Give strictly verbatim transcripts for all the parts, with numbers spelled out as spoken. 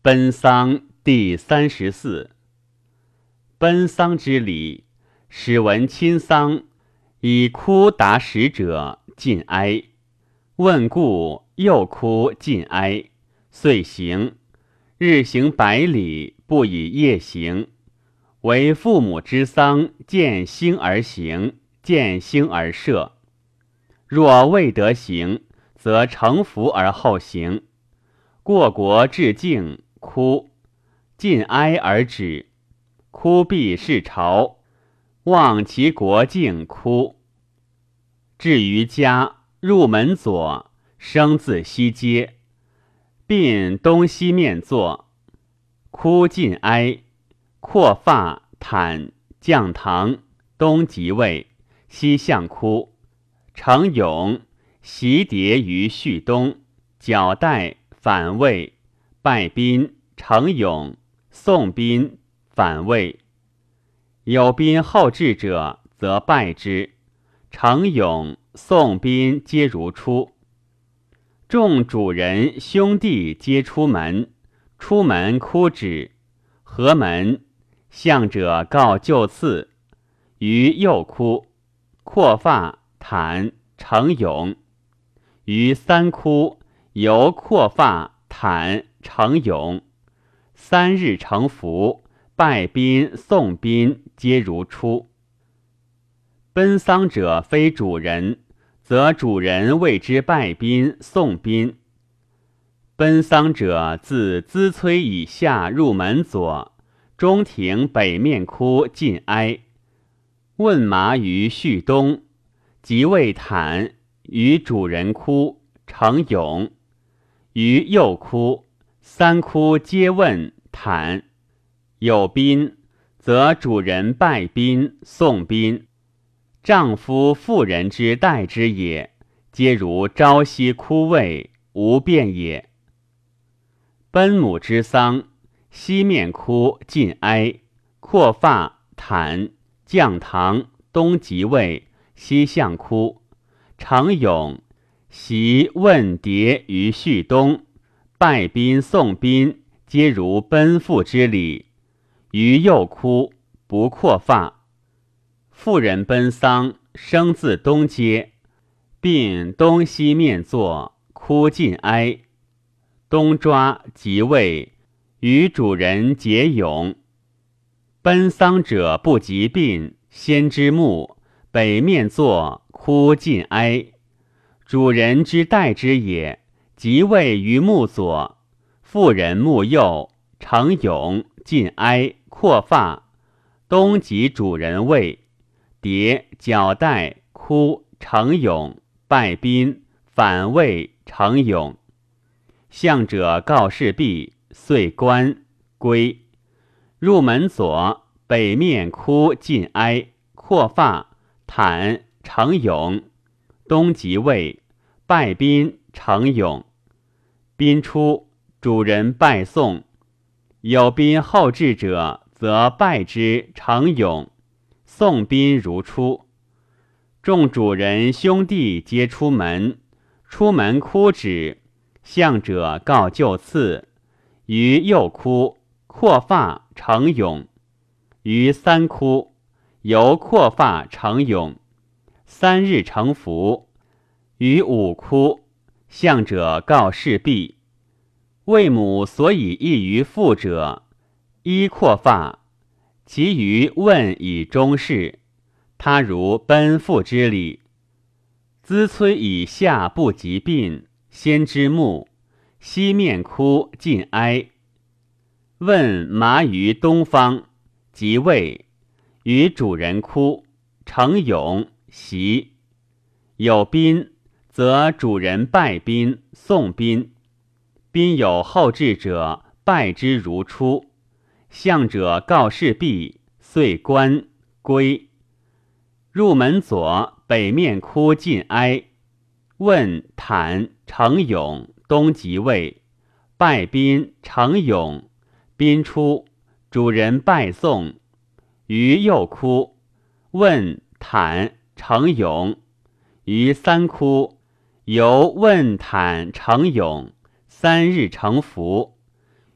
奔丧第三十四。奔丧之礼，始闻亲丧，以哭答使者，尽哀。问故，又哭尽哀，遂行。日行百里，不以夜行。为父母之丧，见兴而行，见兴而射。若未得行，则承服而后行。过国至境，哭，尽哀而止。哭必是朝，望其国境，哭。至于家，入门左，生自西街，鬓东西面坐，哭尽哀。阔发袒降堂，东即位，西向哭。承咏袭牒于序东，矫带反位，拜宾承咏，送宾反位。有宾后至者，则拜之。承咏、送宾皆如出。众主人兄弟皆出门，出门哭止。合门，向者告就次。余又哭。阔发袒承咏。余三哭，由阔发袒承咏。三日承服，拜宾送宾皆如出。奔丧者非主人，则主人为之拜宾送宾。奔丧者自资崔以下入门左，中庭北面哭尽哀。问麻于序东，即位袒与主人哭，承咏。余又哭，三哭皆问袒。有宾，则主人拜宾送宾。丈夫妇人之待之也，皆如朝夕哭慰，无变也。奔母之丧，西面哭尽哀。阔发袒降堂，东即位，西向哭。承咏袭问牒于序东，拜宾送宾皆如奔父之礼。余又哭，不阔发。妇人奔丧，生自东街，鬓东西面坐，哭尽哀。东抓即位，与主人结咏。奔丧者不及鬓，先之目，北面坐，哭尽哀。主人之待之也，即位于目左。妇人目右，承咏尽哀，阔发。东即主人位。牒矫带哭承咏，拜宾反位承咏。向者告事毕，遂观归。入门左，北面哭尽哀。阔发袒承咏。东即位，拜宾承咏。宾出，主人拜送。有宾后至者，则拜之承咏。送宾如出。众主人兄弟皆出门，出门哭止。向者告就次。余又哭。阔发承咏。余三哭，由阔发承咏。三日承服。余五哭。向者告事毕。为母所以异于父者，一阔发，其余问以终事。他如奔父之礼。资崔以下不及鬓，先之目，西面哭尽哀。问麻于东方，即位，与主人哭，承咏袭。有宾，则主人拜宾送宾。宾有后至者，拜之如出。向者告事毕，遂观归。入门左，北面哭尽哀。问袒承咏，东即位，拜宾承咏。宾出，主人拜送。余又哭。问袒承咏。余三哭，由问袒承咏。三日承服。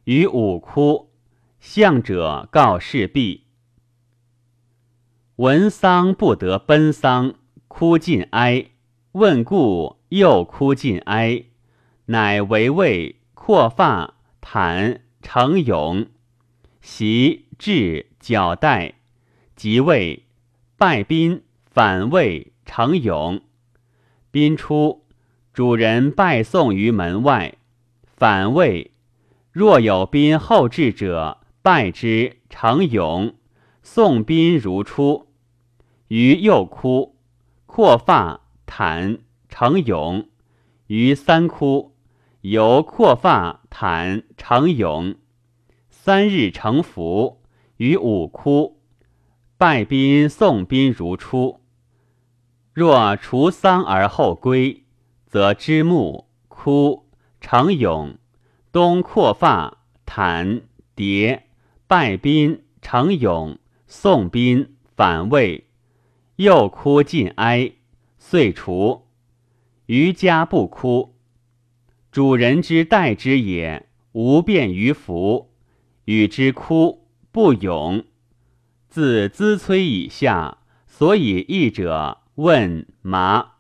于五窟，向者告事毕。闻丧不得奔丧，哭尽哀。问故，又哭尽哀。乃为魏，阔发，袒，承勇，袭，至，矫带，即位，拜宾，反魏，承勇。宾出，主人拜送于门外。反魏，若有宾后至者，拜之，承勇。送宾如出。于右窟，阔发，袒，承勇。于三窟，由阔发，袒，承勇。三日成服。于五窟，拜宾送宾如出。若除丧而后归，则知木，哭，承勇，东阔发，袒，迭，拜宾，承勇，送宾，反魏。又哭尽哀，遂除。余家不哭。主人之待之也，无便于服。与之哭，不勇。自资催以下，所以义者，问麻。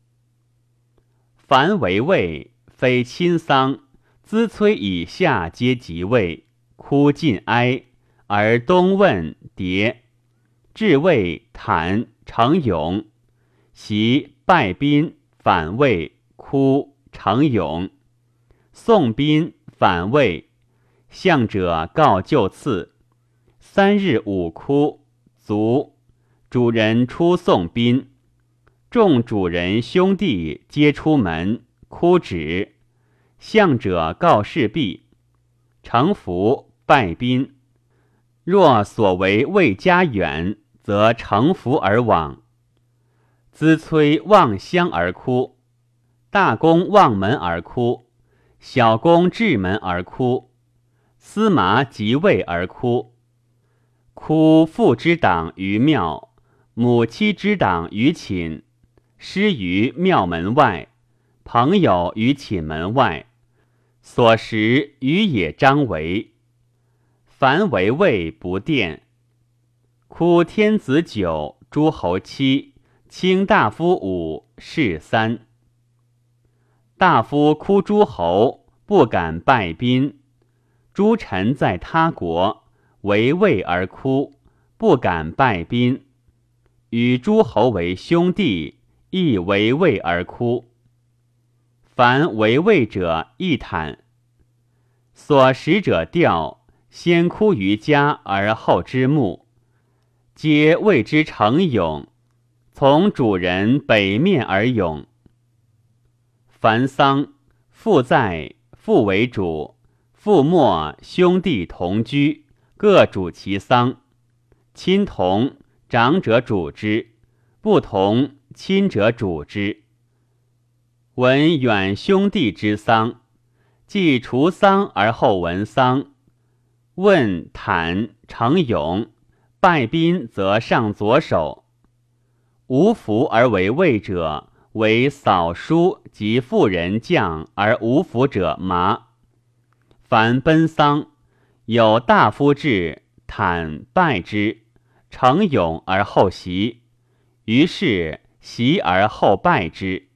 凡为魏，非亲丧，资催以下皆即位，哭尽哀，而东问迭，至魏，袒，承勇，袭，拜宾，反魏，哭，承勇。送宾，反魏，向者告就次。三日五窟，卒。主人出送宾。众主人兄弟皆出门，哭止。向者告事毕。承服，拜宾。若所为未加远，则承服而往。资催望乡而哭，大公望门而哭，小公至门而哭，司马即位而哭。哭父之党于庙，母妻之党于寝，师于庙门外，朋友于寝门外，所食于野张为。凡为魏不殿。哭天子九，诸侯七，卿大夫五，士三。大夫哭诸侯，不敢拜宾。诸臣在他国，为魏而哭，不敢拜宾。与诸侯为兄弟，亦为魏而哭。凡为魏者，亦袒。所食者吊，先哭于家而后知木，皆谓之承勇，从主人北面而勇。凡丧，父在，父为主，父没，兄弟同居，各主其丧。亲同，长者主之；不同，亲者主之。闻远兄弟之丧，既除丧而后闻丧。问袒，承勇，拜宾则上左手。无服而为魏者，为扫书及妇人将而无服者麻。凡奔丧，有大夫至，袒拜之，承勇而后袭，于是袭而后拜之。